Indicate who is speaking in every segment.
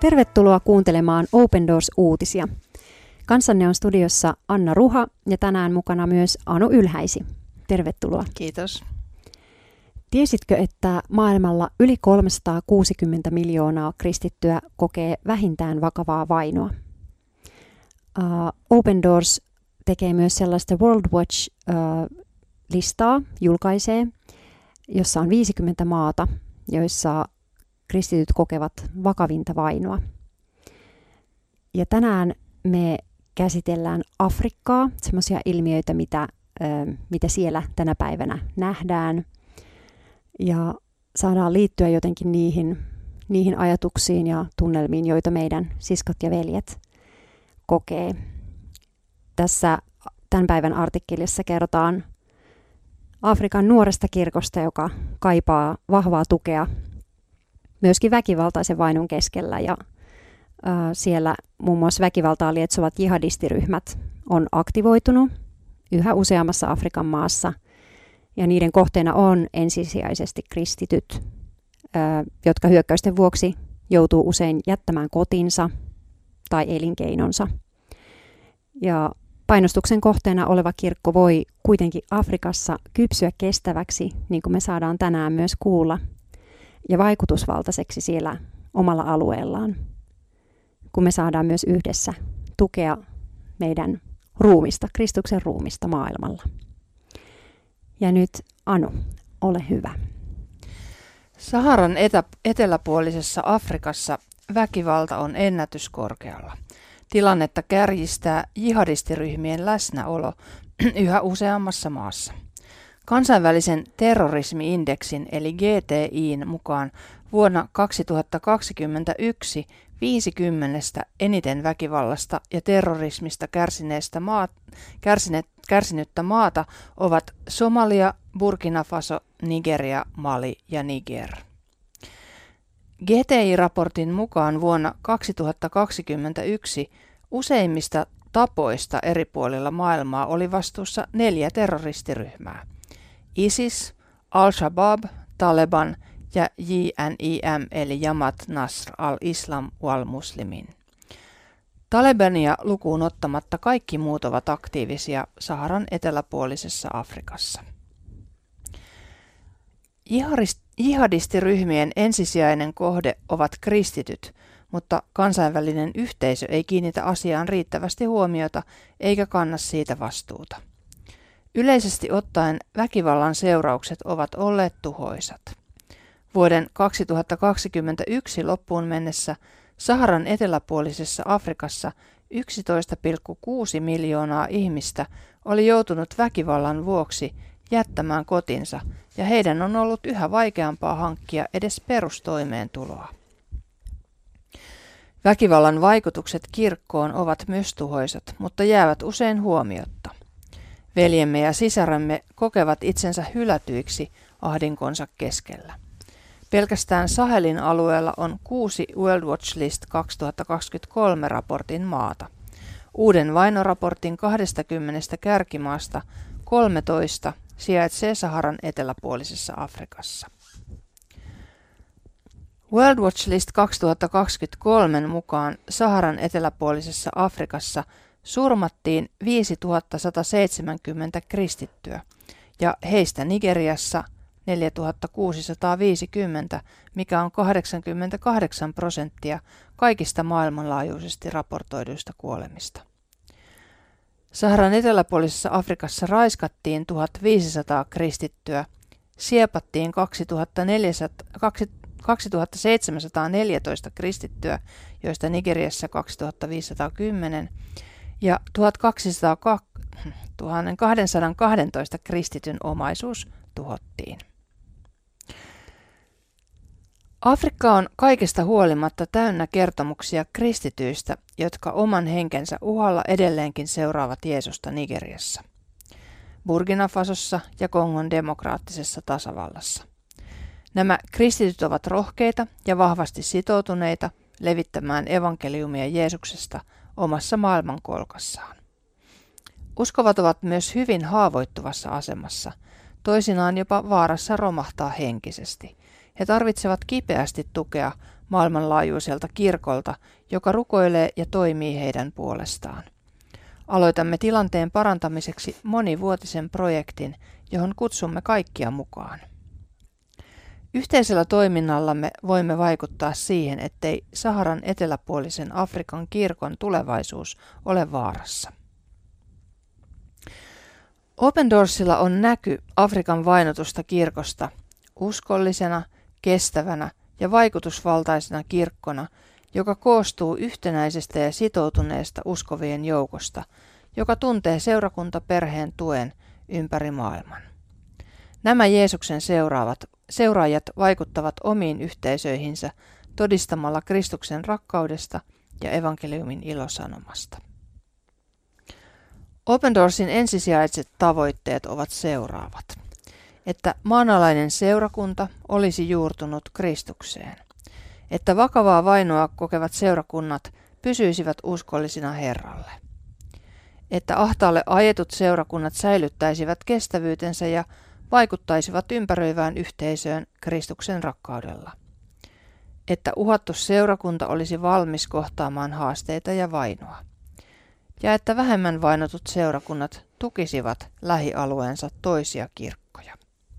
Speaker 1: Tervetuloa kuuntelemaan Open Doors-uutisia. Kanssanne on studiossa Anna Ruha ja tänään mukana myös Anu Ylhäisi. Tervetuloa.
Speaker 2: Kiitos.
Speaker 1: Tiesitkö, että maailmalla yli 360 miljoonaa kristittyä kokee vähintään vakavaa vainoa? Open Doors tekee myös sellaista World Watch-listaa, julkaisee, jossa on 50 maata, joissa kristityt kokevat vakavinta vainoa. Ja tänään me käsitellään Afrikkaa, semmoisia ilmiöitä, mitä siellä tänä päivänä nähdään. Ja saadaan liittyä jotenkin niihin ajatuksiin ja tunnelmiin, joita meidän siskot ja veljet kokee. Tässä tämän päivän artikkelissa kerrotaan Afrikan nuoresta kirkosta, joka kaipaa vahvaa tukea myöskin väkivaltaisen vainon keskellä. Ja siellä muun muassa väkivaltaa lietsovat jihadistiryhmät on aktivoitunut yhä useammassa Afrikan maassa. Ja niiden kohteena on ensisijaisesti kristityt, jotka hyökkäysten vuoksi joutuu usein jättämään kotinsa tai elinkeinonsa. Ja painostuksen kohteena oleva kirkko voi kuitenkin Afrikassa kypsyä kestäväksi, niin kuin me saadaan tänään myös kuulla, ja vaikutusvaltaiseksi siellä omalla alueellaan, kun me saadaan myös yhdessä tukea meidän ruumista, Kristuksen ruumista maailmalla. Ja nyt Anu, ole hyvä.
Speaker 2: Saharan eteläpuolisessa Afrikassa väkivalta on ennätyskorkealla. Tilannetta kärjistää jihadistiryhmien läsnäolo yhä useammassa maassa. Kansainvälisen terrorismi-indeksin eli GTI:n mukaan vuonna 2021 50 eniten väkivallasta ja terrorismista kärsinyttä maata ovat Somalia, Burkina Faso, Nigeria, Mali ja Niger. GTI-raportin mukaan vuonna 2021 useimmista tapoista eri puolilla maailmaa oli vastuussa 4 terroristiryhmää: ISIS, Al-Shabaab, Taliban ja JNIM eli Jamaat Nasr al-Islam wal-Muslimin. Talibania lukuun ottamatta kaikki muut ovat aktiivisia Saharan eteläpuolisessa Afrikassa. Jihadistiryhmien ensisijainen kohde ovat kristityt, mutta kansainvälinen yhteisö ei kiinnitä asiaan riittävästi huomiota eikä kanna siitä vastuuta. Yleisesti ottaen väkivallan seuraukset ovat olleet tuhoisat. Vuoden 2021 loppuun mennessä Saharan eteläpuolisessa Afrikassa 11,6 miljoonaa ihmistä oli joutunut väkivallan vuoksi jättämään kotinsa ja heidän on ollut yhä vaikeampaa hankkia edes perustoimeentuloa. Väkivallan vaikutukset kirkkoon ovat myös tuhoisat, mutta jäävät usein huomiotta. Veljemme ja sisarämme kokevat itsensä hylätyiksi ahdinkonsa keskellä. Pelkästään Sahelin alueella on 6 World Watch List 2023 raportin maata. Uuden vainoraportin 20 kärkimaasta 13 sijaitsee Saharan eteläpuolisessa Afrikassa. World Watch List 2023 mukaan Saharan eteläpuolisessa Afrikassa surmattiin 5170 kristittyä ja heistä Nigeriassa 4650, mikä on 88% kaikista maailmanlaajuisesti raportoiduista kuolemista. Saharan eteläpuolisessa Afrikassa raiskattiin 1500 kristittyä, siepattiin 2714 kristittyä, joista Nigeriassa 2510, ja 1212 kristityn omaisuus tuhottiin. Afrikka on kaikesta huolimatta täynnä kertomuksia kristityistä, jotka oman henkensä uhalla edelleenkin seuraavat Jeesusta Nigeriassa, Burkina Fasossa ja Kongon demokraattisessa tasavallassa. Nämä kristityt ovat rohkeita ja vahvasti sitoutuneita levittämään evankeliumia Jeesuksesta omassa maailmankolkassaan. Uskovat ovat myös hyvin haavoittuvassa asemassa, toisinaan jopa vaarassa romahtaa henkisesti. He tarvitsevat kipeästi tukea maailmanlaajuiselta kirkolta, joka rukoilee ja toimii heidän puolestaan. Aloitamme tilanteen parantamiseksi monivuotisen projektin, johon kutsumme kaikkia mukaan. Yhteisellä toiminnallamme voimme vaikuttaa siihen, ettei Saharan eteläpuolisen Afrikan kirkon tulevaisuus ole vaarassa. Open Doorsilla on näky Afrikan vainotusta kirkosta uskollisena, kestävänä ja vaikutusvaltaisena kirkkona, joka koostuu yhtenäisestä ja sitoutuneesta uskovien joukosta, joka tuntee seurakuntaperheen tuen ympäri maailman. Nämä Jeesuksen seuraajat vaikuttavat omiin yhteisöihinsä todistamalla Kristuksen rakkaudesta ja evankeliumin ilosanomasta. Open Doorsin ensisijaiset tavoitteet ovat seuraavat. Että maanalainen seurakunta olisi juurtunut Kristukseen. Että vakavaa vainoa kokevat seurakunnat pysyisivät uskollisina Herralle. Että ahtaalle ajetut seurakunnat säilyttäisivät kestävyytensä ja vaikuttaisivat ympäröivään yhteisöön Kristuksen rakkaudella. Että uhattu seurakunta olisi valmis kohtaamaan haasteita ja vainoa. Ja että vähemmän vainotut seurakunnat tukisivat lähialueensa toisia kirkkoja.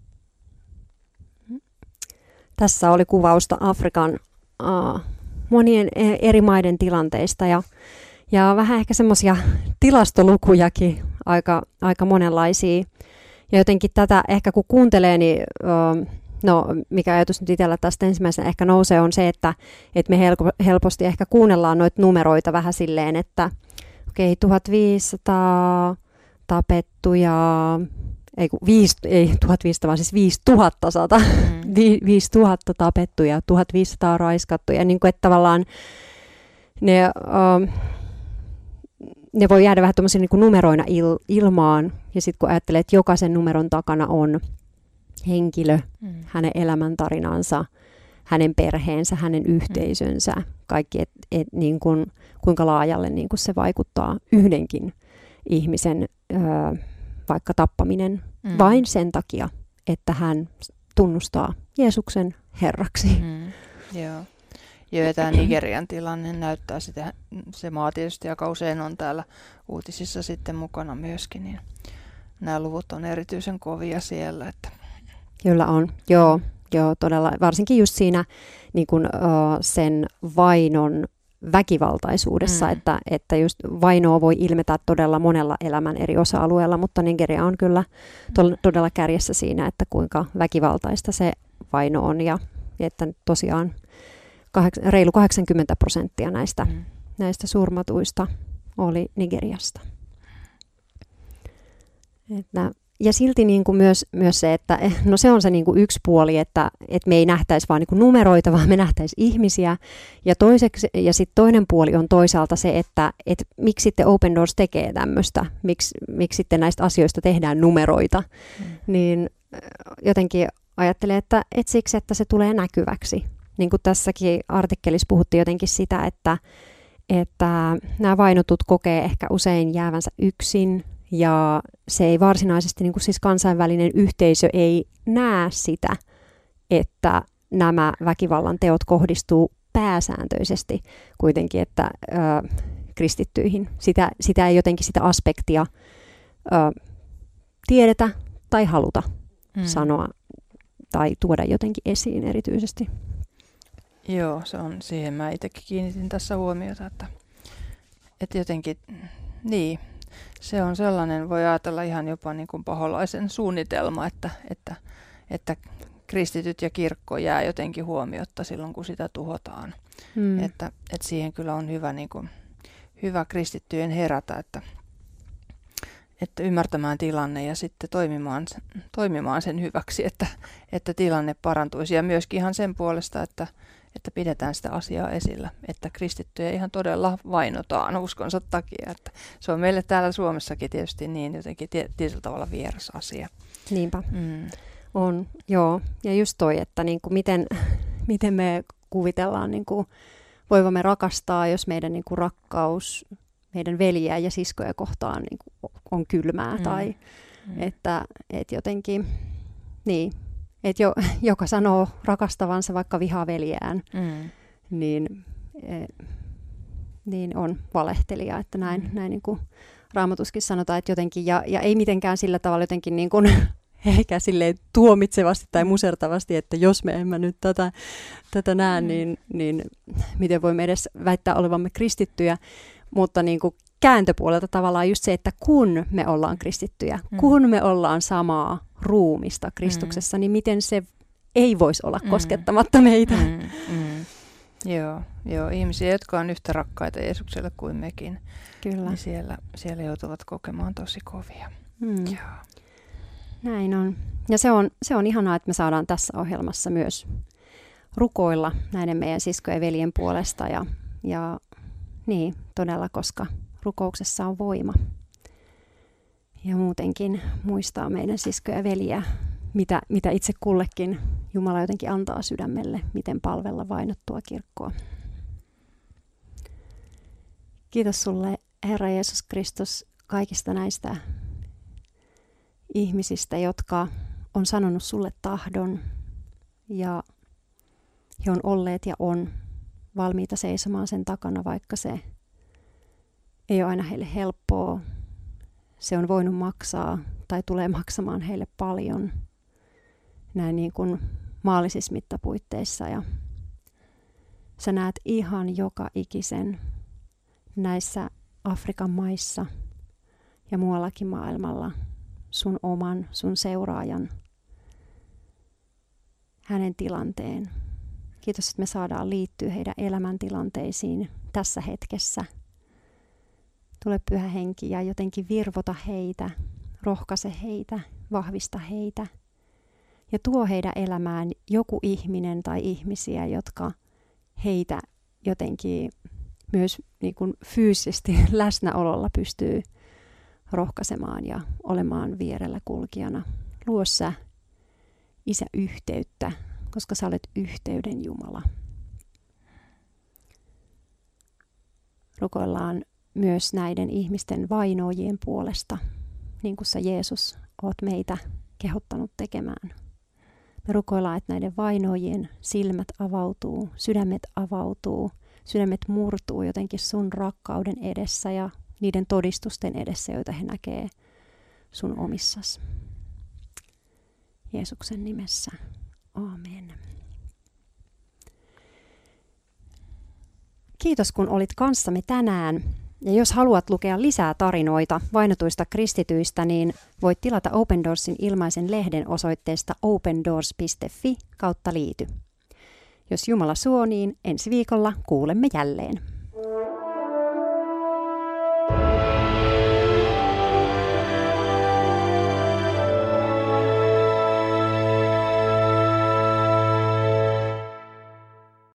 Speaker 1: Tässä oli kuvausta Afrikan monien eri maiden tilanteista ja vähän ehkä semmoisia tilastolukujakin aika monenlaisia. Ja jotenkin tätä ehkä kun kuuntelee, niin mikä ajatus nyt itsellä tästä ensimmäisenä ehkä nousee on se, että me helposti ehkä kuunnellaan noita numeroita vähän silleen, että okei, 1500 tapettuja, ei 1500, vaan siis 5100, 5000 tapettuja, 1500 raiskattuja, niin kuin, että tavallaan ne voi jäädä vähän tuommoisia niin kuin numeroina ilmaan, ja sitten kun ajattelee, että jokaisen numeron takana on henkilö, hänen elämäntarinansa, hänen perheensä, hänen yhteisönsä, kaikki, niin kuin, kuinka laajalle niin kuin se vaikuttaa yhdenkin ihmisen vaikka tappaminen vain sen takia, että hän tunnustaa Jeesuksen Herraksi.
Speaker 2: Joo. Ja tämä Nigerian tilanne näyttää sitä, se maa tietysti aika usein on täällä uutisissa sitten mukana myöskin, niin nämä luvut on erityisen kovia siellä. Että.
Speaker 1: Kyllä on, joo todella, varsinkin just siinä niin kun, sen vainon väkivaltaisuudessa, että just vainoa voi ilmetä todella monella elämän eri osa-alueella, mutta Nigeria on kyllä todella kärjessä siinä, että kuinka väkivaltaista se vaino on ja että tosiaan reilu 80% näistä surmatuista oli Nigeriasta. Ja silti niin kuin myös se, että no se on se niin kuin yksi puoli, että me ei nähtäisi vaan niin kuin numeroita, vaan me nähtäisi ihmisiä. Ja sitten toinen puoli on toisaalta se, että miksi sitten Open Doors tekee tämmöistä, miksi sitten näistä asioista tehdään numeroita. Niin jotenkin ajattelen, että siksi, että se tulee näkyväksi. Niin kuin tässäkin artikkelissa puhuttiin jotenkin sitä, että nämä vainotut kokee ehkä usein jäävänsä yksin. Ja se ei varsinaisesti, niin kuin siis kansainvälinen yhteisö ei näe sitä, että nämä väkivallan teot kohdistuu pääsääntöisesti kuitenkin, että kristittyihin. Sitä ei jotenkin sitä aspektia tiedetä tai haluta sanoa tai tuoda jotenkin esiin erityisesti.
Speaker 2: Joo, se on siihen mä itsekin kiinnitin tässä huomiota, että jotenkin niin. Se on sellainen, voi ajatella ihan jopa niin kuin paholaisen suunnitelma, että kristityt ja kirkko jää jotenkin huomiotta silloin, kun sitä tuhotaan. Että siihen kyllä on hyvä kristittyjen herätä, että ymmärtämään tilanne ja sitten toimimaan sen hyväksi, että tilanne parantuisi. Ja myöskin ihan sen puolesta, että pidetään sitä asiaa esillä, että kristittyjä ihan todella vainotaan uskonsa takia. Että se on meille täällä Suomessakin tietysti niin jotenkin tietyllä tavalla vieras asia.
Speaker 1: Niinpä. On, joo. Ja just toi, että niin kuin miten me kuvitellaan niin kuin voivamme rakastaa, jos meidän niin kuin rakkaus meidän veljiä ja siskoja kohtaan niin kuin on kylmää. Tai että jotenkin, niin, että joka sanoo rakastavansa vaikka vihaa veljeään, niin on valehtelija, että näin niin kuin Raamatuskin sanotaan, että jotenkin, ja ei mitenkään sillä tavalla jotenkin niin kuin, eikä silleen tuomitsevasti tai musertavasti, että jos me emme nyt tätä näe, niin miten voimme edes väittää olevamme kristittyjä, mutta niin kuin kääntöpuolelta tavallaan just se, että kun me ollaan kristittyjä, kun me ollaan samaa ruumista Kristuksessa, niin miten se ei voisi olla koskettamatta meitä.
Speaker 2: Joo, ihmisiä, jotka on yhtä rakkaita Jeesukselle kuin mekin,
Speaker 1: Kyllä.
Speaker 2: niin siellä joutuvat kokemaan tosi kovia. Joo.
Speaker 1: Näin on. Ja se on ihanaa, että me saadaan tässä ohjelmassa myös rukoilla näiden meidän siskojen ja veljen puolesta. Ja niin, todella, koska rukouksessa on voima. Ja muutenkin muistaa meidän siskoja ja veljiä, mitä itse kullekin Jumala jotenkin antaa sydämelle, miten palvella vainottua kirkkoa. Kiitos sulle, Herra Jeesus Kristus, kaikista näistä ihmisistä, jotka on sanonut sulle tahdon ja he on olleet ja on valmiita seisomaan sen takana, vaikka se ei ole aina heille helppoa. Se on voinut maksaa tai tulee maksamaan heille paljon näin niin kuin maallisissa mittapuitteissa. Ja sä näet ihan joka ikisen näissä Afrikan maissa ja muuallakin maailmalla sun oman, sun seuraajan, hänen tilanteen. Kiitos, että me saadaan liittyä heidän elämäntilanteisiin tässä hetkessä. Tule Pyhä Henki ja jotenkin virvota heitä, rohkaise heitä, vahvista heitä. Ja tuo heidän elämään joku ihminen tai ihmisiä, jotka heitä jotenkin myös niin kuin fyysisesti läsnäololla pystyy rohkaisemaan ja olemaan vierellä kulkijana. Luo sä, Isä, yhteyttä, koska sä olet yhteyden Jumala. Rukoillaan myös näiden ihmisten vainoojien puolesta, niin kuin sä Jeesus oot meitä kehottanut tekemään. Me rukoillaan, että näiden vainoojien silmät avautuu, sydämet murtuu jotenkin sun rakkauden edessä ja niiden todistusten edessä, joita he näkee sun omissasi. Jeesuksen nimessä. Aamen. Kiitos, kun olit kanssamme tänään. Ja jos haluat lukea lisää tarinoita vainotuista kristityistä, niin voit tilata Open Doorsin ilmaisen lehden osoitteesta opendoors.fi/liity. Jos Jumala suo, niin ensi viikolla kuulemme jälleen.